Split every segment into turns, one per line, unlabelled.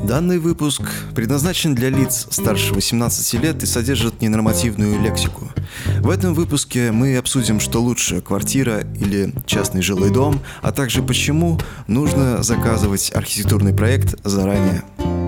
Данный выпуск предназначен для лиц старше 18 лет и содержит ненормативную лексику. В этом выпуске мы обсудим, что лучше, квартира или частный жилой дом, а также почему нужно заказывать архитектурный проект заранее.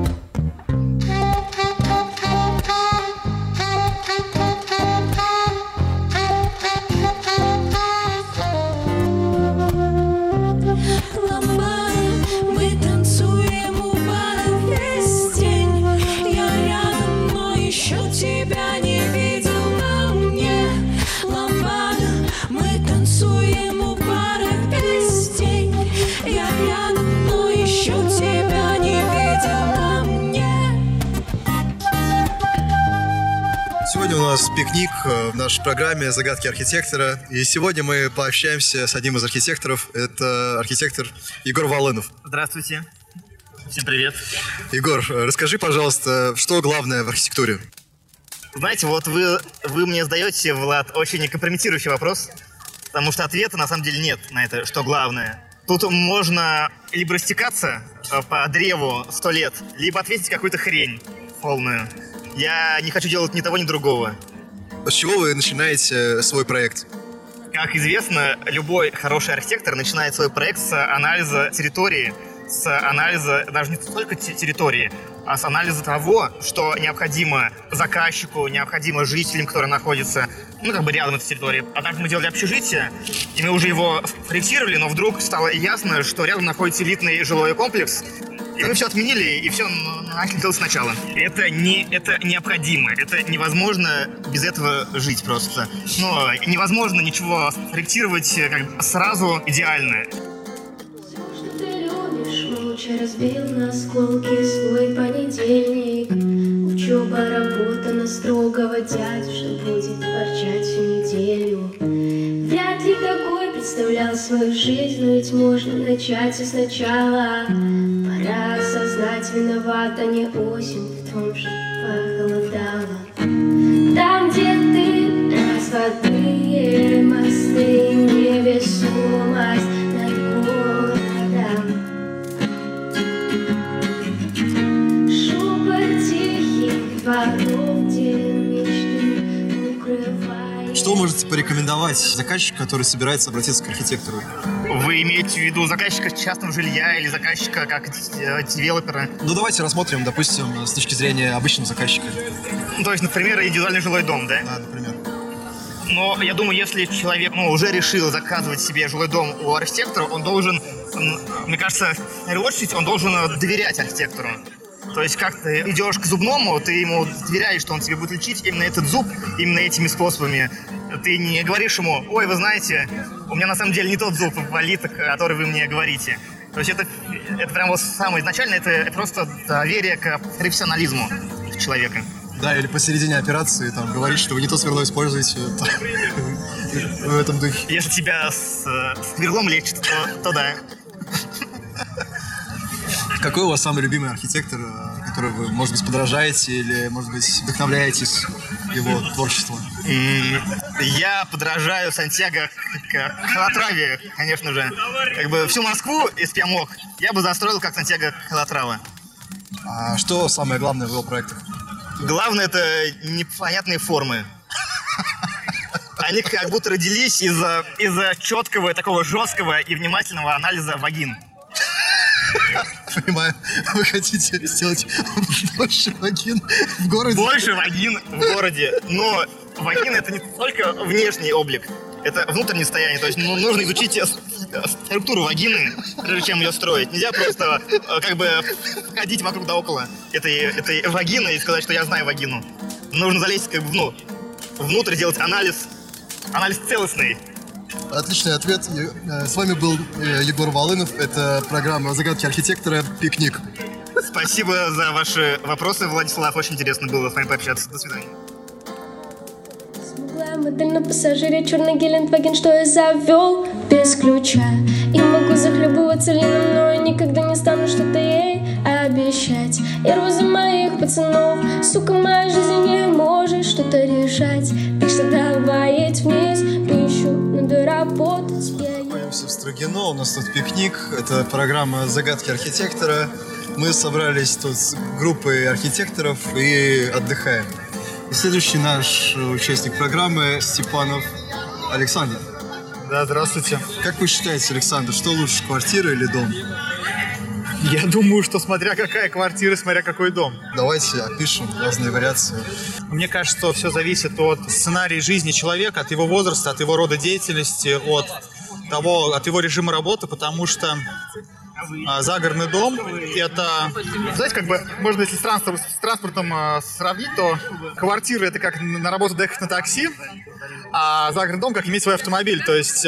Сегодня у нас пикник в нашей программе «Загадки архитектора». И сегодня мы пообщаемся с одним из архитекторов. Это архитектор Егор Волынов.
Здравствуйте. Всем привет.
Егор, расскажи, пожалуйста, что главное в архитектуре?
Знаете, вот вы мне задаете, Влад, очень компрометирующий вопрос, потому что ответа на самом деле нет на это, что главное. Тут можно либо растекаться по древу 100 лет, либо ответить какую-то хрень полную. Я не хочу делать ни того, ни другого.
С чего вы начинаете свой проект?
Как известно, любой хороший архитектор начинает свой проект с анализа территории, с анализа даже не только территории, а с анализа того, что необходимо заказчику, необходимо жителям, которые находятся, рядом этой территории. Однажды мы делали общежитие, и мы уже его проектировали, но вдруг стало ясно, что рядом находится элитный жилой комплекс, и мы все отменили, и все начали делать сначала. Это необходимо, это невозможно без этого жить просто. Но невозможно ничего проектировать сразу идеально.
Молча разбил на осколки свой понедельник. Учеба, работа на строгого дядю, что будет ворчать всю неделю. Вряд ли такой представлял свою жизнь, но ведь можно начать все сначала. Пора осознать, виновата не осень в том, что похолодало. Там, где ты, разводные мосты, невесомость над городом.
Что вы можете порекомендовать заказчику, который собирается обратиться к архитектору?
Вы имеете в виду заказчика частного жилья или заказчика как девелопера?
Давайте рассмотрим, допустим, с точки зрения обычного заказчика.
То есть, например, индивидуальный жилой дом, да?
Да, например.
Но я думаю, если человек уже решил заказывать себе жилой дом у архитектора, он должен, мне кажется, в первую очередь, он должен доверять архитектору. То есть, как ты идешь к зубному, ты ему доверяешь, что он тебе будет лечить именно этот зуб, именно этими способами. Ты не говоришь ему: ой, вы знаете, у меня на самом деле не тот зуб болит, о который вы мне говорите. То есть это прям вот самое изначально, это просто доверие к профессионализму человека.
Да, или посередине операции там говорить, что вы не то сверло используете. В этом духе.
Если тебя с сверлом лечат, то да.
Какой у вас самый любимый архитектор, который вы, может быть, подражаете или, может быть, вдохновляетесь его творчеством?
Я подражаю Сантьяго Калатраве, конечно же. Всю Москву, если бы я мог, я бы застроил как Сантьяго Калатрава.
А что самое главное в его проектах?
Главное — это непонятные формы. Они как будто родились из-за четкого, такого жесткого и внимательного анализа вагин.
Понимаю, вы хотите сделать больше вагин в городе?
Больше вагин в городе, но вагина — это не только внешний облик, это внутреннее состояние. То есть нужно изучить структуру вагины, прежде чем ее строить. Нельзя просто ходить вокруг да около этой вагины и сказать, что я знаю вагину. Нужно залезть внутрь, делать анализ целостный.
Отличный ответ. С вами был Егор Волынов. Это программа «Загадки архитектора. Пикник».
Спасибо за ваши вопросы, Владислав. Очень интересно было с вами пообщаться. До свидания.
Смуглая модель на пассажире, черный Гелендваген, что я завел без ключа. И могу захлебываться лином, но я никогда не стану что-то ей обещать. И розы моих пацанов, сука, моя жизнь не может что-то решать. Так что давай едь вниз, пищу, надо работать.
Находимся в Строгино, у нас тут пикник. Это программа «Загадки архитектора». Мы собрались тут с группой архитекторов и отдыхаем. И следующий наш участник программы Степанов Александр.
Да, здравствуйте.
Как вы считаете, Александр, что лучше, квартира или дом?
Я думаю, что смотря какая квартира, смотря какой дом.
Давайте опишем разные вариации.
Мне кажется, что все зависит от сценария жизни человека, от его возраста, от его рода деятельности, от его режима работы, потому что загородный дом — это, знаете, как бы, можно если с транспортом сравнить, то квартира — это как на работу доехать на такси, а загородный дом — как иметь свой автомобиль. То есть,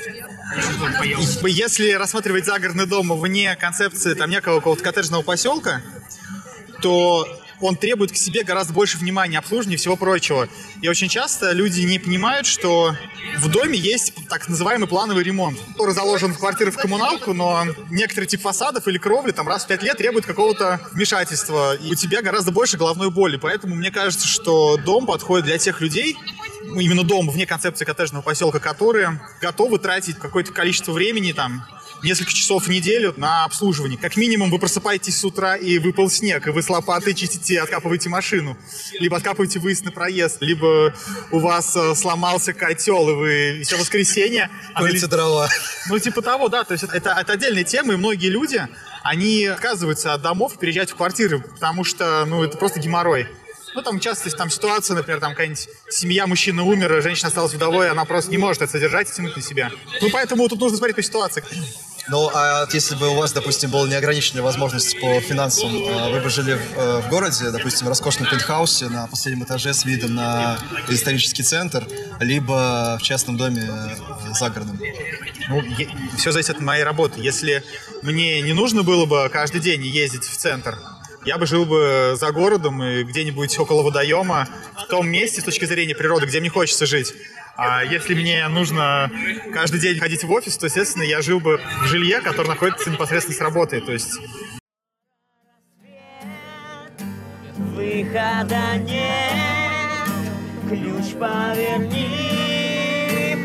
если рассматривать загородный дом вне концепции там некого какого-то коттеджного поселка, то он требует к себе гораздо больше внимания, обслуживания и всего прочего. И очень часто люди не понимают, что в доме есть так называемый плановый ремонт, который заложен в квартиры в коммуналку, но некоторый тип фасадов или кровли там раз в 5 лет требует какого-то вмешательства. И у тебя гораздо больше головной боли. Поэтому мне кажется, что дом подходит для тех людей, именно дом вне концепции коттеджного поселка, которые готовы тратить какое-то количество времени, там, несколько часов в неделю на обслуживание. Как минимум вы просыпаетесь с утра и выпал снег, и вы с лопатой чистите, откапываете машину, либо откапываете выезд на проезд, либо у вас сломался котел, и вы еще воскресенье...
Колите дрова.
Ну, типа того, да. То есть это отдельная тема, и многие люди, они отказываются от домов и переезжают в квартиры, потому что, это просто геморрой. Ну, там часто там ситуация, например, там какая-нибудь семья, мужчина умер, женщина осталась вдовой, она просто не может это содержать и тянуть на себя. Ну, поэтому тут нужно смотреть по ситуации.
Ну, а если бы у вас, допустим, была неограниченная возможность по финансам, вы бы жили в городе, допустим, в роскошном пентхаусе на последнем этаже с видом на исторический центр, либо в частном доме загородном?
Ну, все зависит от моей работы. Если мне не нужно было бы каждый день ездить в центр, я бы жил бы за городом и где-нибудь около водоема, в том месте, с точки зрения природы, где мне хочется жить. А если мне нужно каждый день ходить в офис, то, естественно, я жил бы в жилье, которое находится непосредственно с работой. То есть...
Выхода нет, ключ поверни,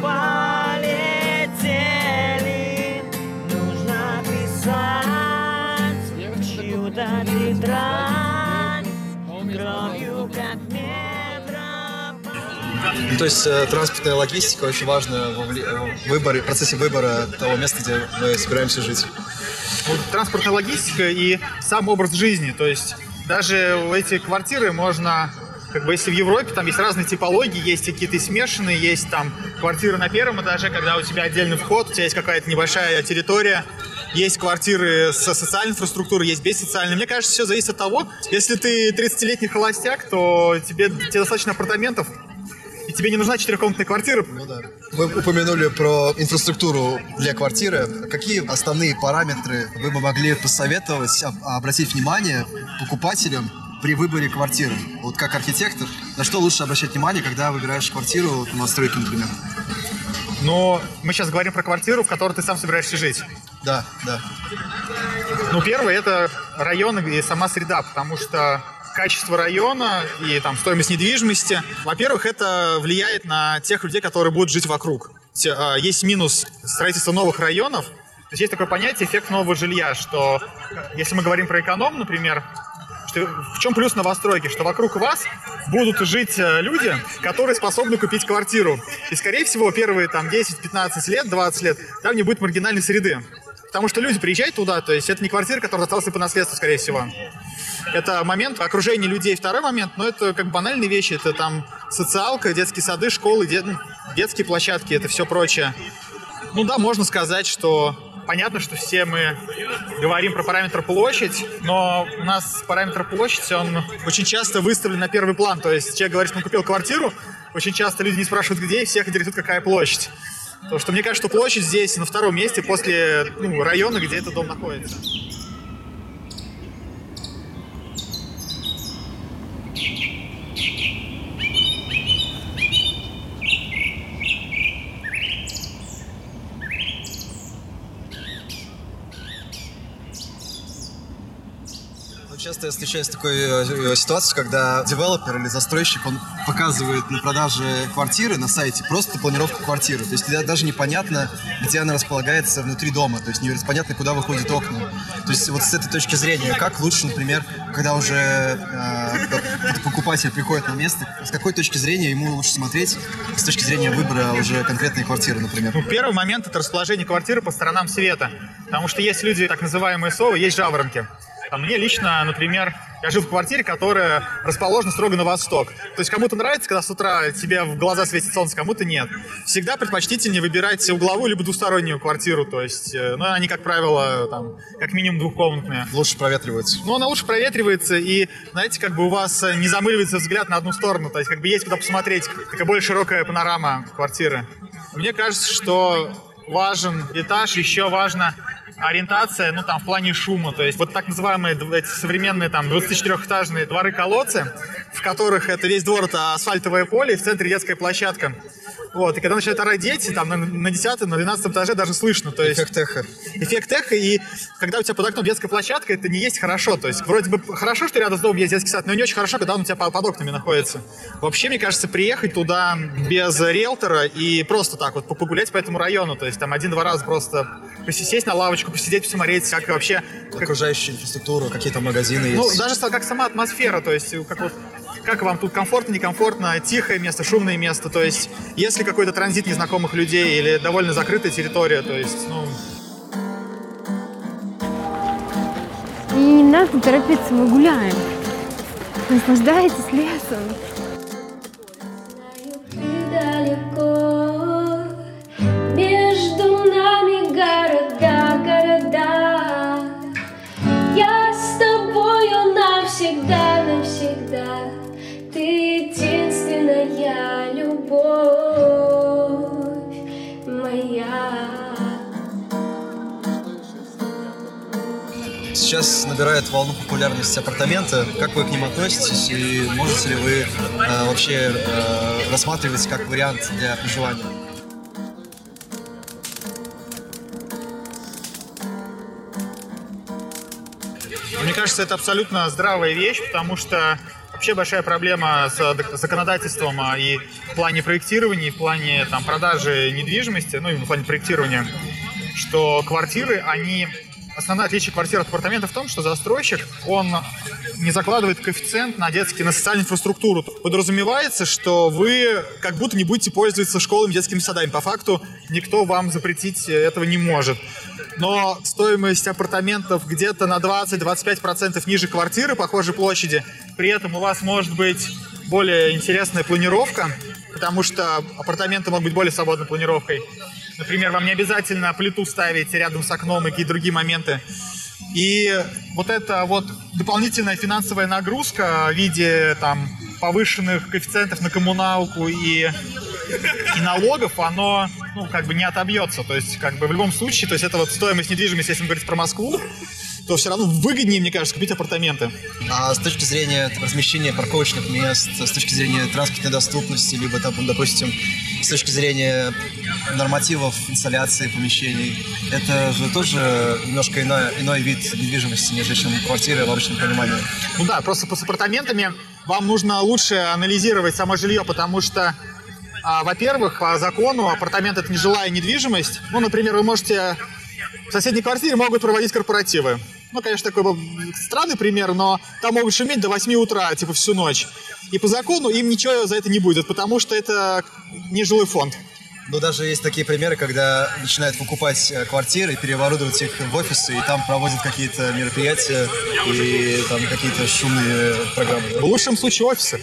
полетели. Нужно писать чью-то тетрадь, кровью как
Ну, то есть транспортная логистика очень важна в процессе выбора того места, где мы собираемся жить.
Транспортная логистика и сам образ жизни. То есть даже эти квартиры можно, как бы если в Европе там есть разные типологии, есть какие-то смешанные, есть там квартиры на первом этаже, когда у тебя отдельный вход, у тебя есть какая-то небольшая территория, есть квартиры со социальной инфраструктурой, есть без социальной. Мне кажется, все зависит от того, если ты 30-летний холостяк, то тебе достаточно апартаментов, и тебе не нужна 4-комнатная квартира.
Ну да. Мы упомянули про инфраструктуру для квартиры. Какие основные параметры вы бы могли посоветовать, обратить внимание покупателям при выборе квартиры? Вот как архитектор, на что лучше обращать внимание, когда выбираешь квартиру на стройке, например?
Но мы сейчас говорим про квартиру, в которой ты сам собираешься жить.
Да.
Ну, первое — это район и сама среда, потому что качество района и там стоимость недвижимости, во-первых, это влияет на тех людей, которые будут жить вокруг. Есть минус строительства новых районов. То есть есть такое понятие эффект нового жилья, что если мы говорим про эконом, например, что, в чем плюс новостройки? Что вокруг вас будут жить люди, которые способны купить квартиру. И, скорее всего, первые там 10-15 лет, 20 лет, там не будет маргинальной среды. Потому что люди приезжают туда, то есть это не квартира, которая осталась по наследству, скорее всего. Это момент окружения людей. Второй момент, это как банальные вещи. Это там социалка, детские сады, школы, детские площадки, это все прочее. Ну да, можно сказать, что понятно, что все мы говорим про параметр площадь, но у нас параметр площадь, он очень часто выставлен на первый план. То есть человек говорит, что он купил квартиру, очень часто люди не спрашивают, где, и всех интересует, какая площадь. Потому что мне кажется, что площадь здесь на втором месте после района, где этот дом находится.
Часто я встречаюсь с такой ситуацией, когда девелопер или застройщик, он показывает на продаже квартиры на сайте просто планировку квартиры. То есть даже непонятно, где она располагается внутри дома. То есть непонятно, куда выходят окна. То То есть вот с этой точки зрения, как лучше, например, когда уже покупатель приходит на место, с какой точки зрения ему лучше смотреть, с точки зрения выбора уже конкретной квартиры, например?
Ну, первый момент — это расположение квартиры по сторонам света. Потому что есть люди, так называемые совы, есть жаворонки. А мне лично, например, я жил в квартире, которая расположена строго на восток. То есть кому-то нравится, когда с утра тебе в глаза светит солнце, кому-то нет. Всегда предпочтительнее выбирать угловую либо двустороннюю квартиру. То есть, ну, они, как правило, там, как минимум двухкомнатные.
Лучше проветривается.
Ну, она лучше проветривается, и, знаете, как бы у вас не замыливается взгляд на одну сторону. То есть, как бы есть куда посмотреть, такая более широкая панорама квартиры. Мне кажется, что важен этаж, еще важно ориентация, ну, там, в плане шума. То есть вот так называемые эти современные там 24-этажные дворы-колодцы, в которых это весь двор — это асфальтовое поле, и в центре детская площадка. Вот, и когда начинают орать дети, там на 10-м, на 12-м этаже даже слышно. То есть,
эффект эхо.
Эффект эхо, и когда у тебя под окном детская площадка, это не есть хорошо. То есть вроде бы хорошо, что рядом с домом есть детский сад, но не очень хорошо, когда он у тебя под окнами находится. Вообще, мне кажется, приехать туда без риэлтора и просто так вот погулять по этому району. То есть там 1-2 раза просто сесть на лавочку, посидеть, посмотреть, как вообще...
Окружающая инфраструктура, какие там магазины есть.
Ну, даже как сама атмосфера, то есть как вам тут комфортно, некомфортно, тихое место, шумное место. То есть если какой-то транзит незнакомых людей или довольно закрытая территория, то есть, ну...
И не надо торопиться, мы гуляем. Наслаждайтесь лесом.
Ты далеко, между нами города. Я с тобою навсегда, навсегда. Ты единственная любовь моя.
Сейчас набирает волну популярности апартаменты. Как вы к ним относитесь и можете ли вы вообще рассматривать как вариант для проживания?
Мне кажется, это абсолютно здравая вещь, потому что вообще большая проблема с законодательством и в плане проектирования, и в плане там, продажи недвижимости, ну, именно в плане проектирования, что квартиры, они... Основное отличие квартир от апартаментов в том, что застройщик, он не закладывает коэффициент на социальную инфраструктуру. Подразумевается, что вы как будто не будете пользоваться школами, детскими садами. По факту никто вам запретить этого не может. Но стоимость апартаментов где-то на 20-25% ниже квартиры похожей площади. При этом у вас может быть более интересная планировка, потому что апартаменты могут быть более свободной планировкой. Например, вам не обязательно плиту ставить рядом с окном и какие-то другие моменты. И вот эта вот дополнительная финансовая нагрузка в виде там повышенных коэффициентов на коммуналку и налогов, оно, ну, как бы не отобьется. То есть, как бы в любом случае, то есть это вот стоимость недвижимости, если мы говорим про Москву, то все равно выгоднее, мне кажется, купить апартаменты.
А с точки зрения размещения парковочных мест, с точки зрения транспортной доступности, либо, там, допустим, с точки зрения нормативов инсталляции помещений, это же тоже немножко иной вид недвижимости, нежели чем квартиры в обычном понимании.
Ну да, просто с апартаментами вам нужно лучше анализировать само жилье, потому что, во-первых, по закону апартамент — это нежилая недвижимость. Ну, например, вы можете... В соседней квартире могут проводить корпоративы. Ну, конечно, такой странный пример, но там могут шуметь до 8 утра, типа всю ночь. И по закону им ничего за это не будет, потому что это не жилой фонд.
Но даже есть такие примеры, когда начинают покупать квартиры, переоборудовать их в офисы, и там проводят какие-то мероприятия и там какие-то шумные программы.
В лучшем случае офисы.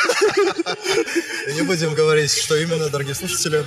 Не будем говорить, что именно, дорогие слушатели.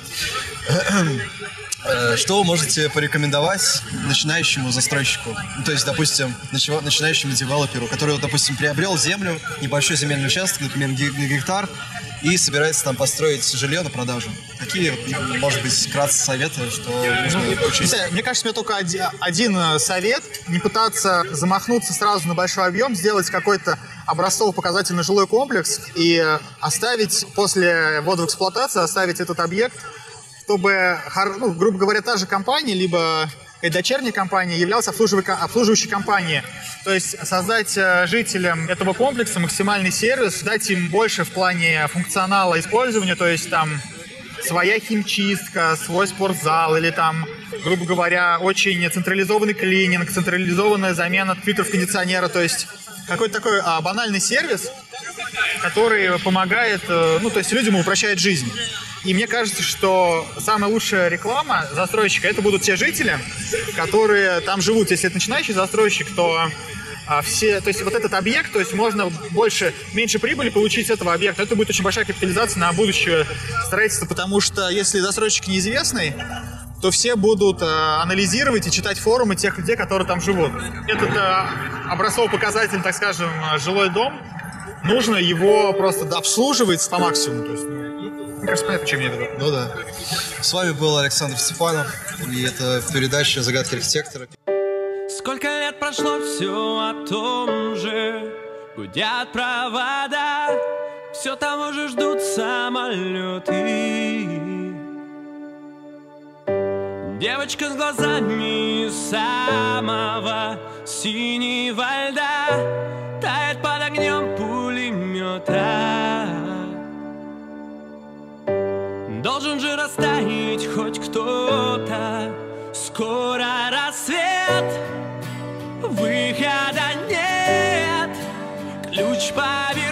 Что вы можете порекомендовать начинающему застройщику? Ну, то есть, допустим, начинающему девелоперу, который, допустим, приобрел землю, небольшой земельный участок, например, гектар, и собирается там построить жилье на продажу. Какие, может быть, вкратце советы, что нужно учить?
Мне кажется, у меня только один совет. Не пытаться замахнуться сразу на большой объем, сделать какой-то образцово-показательный жилой комплекс и оставить после ввода в эксплуатацию, оставить этот объект, чтобы, ну, грубо говоря, та же компания, либо дочерняя компания являлась обслуживающей компанией. То есть создать жителям этого комплекса максимальный сервис, дать им больше в плане функционала использования, то есть там своя химчистка, свой спортзал или там, грубо говоря, очень централизованный клининг, централизованная замена фильтров кондиционера, то есть какой-то такой банальный сервис, который помогает, ну, то есть людям упрощает жизнь. И мне кажется, что самая лучшая реклама застройщика — это будут те жители, которые там живут. Если это начинающий застройщик, то то есть вот этот объект, то есть можно меньше прибыли получить с этого объекта. Это будет очень большая капитализация на будущее строительство, потому что если застройщик неизвестный, то все будут анализировать и читать форумы тех людей, которые там живут. Этот образцово-показательный, так скажем, жилой дом, нужно его просто обслуживать по максимуму. То есть, мне кажется, понятно, чем я веду.
Ну да. С вами был Александр Степанов, и это передача «Загадки архитектора».
Сколько лет прошло, все о том же. Гудят провода, все того же ждут самолеты. Девочка с глазами самого синего льда тает под огнем пулемета. Должен же растаять хоть кто-то. Скоро рассвет, выхода нет. Ключ повернуть.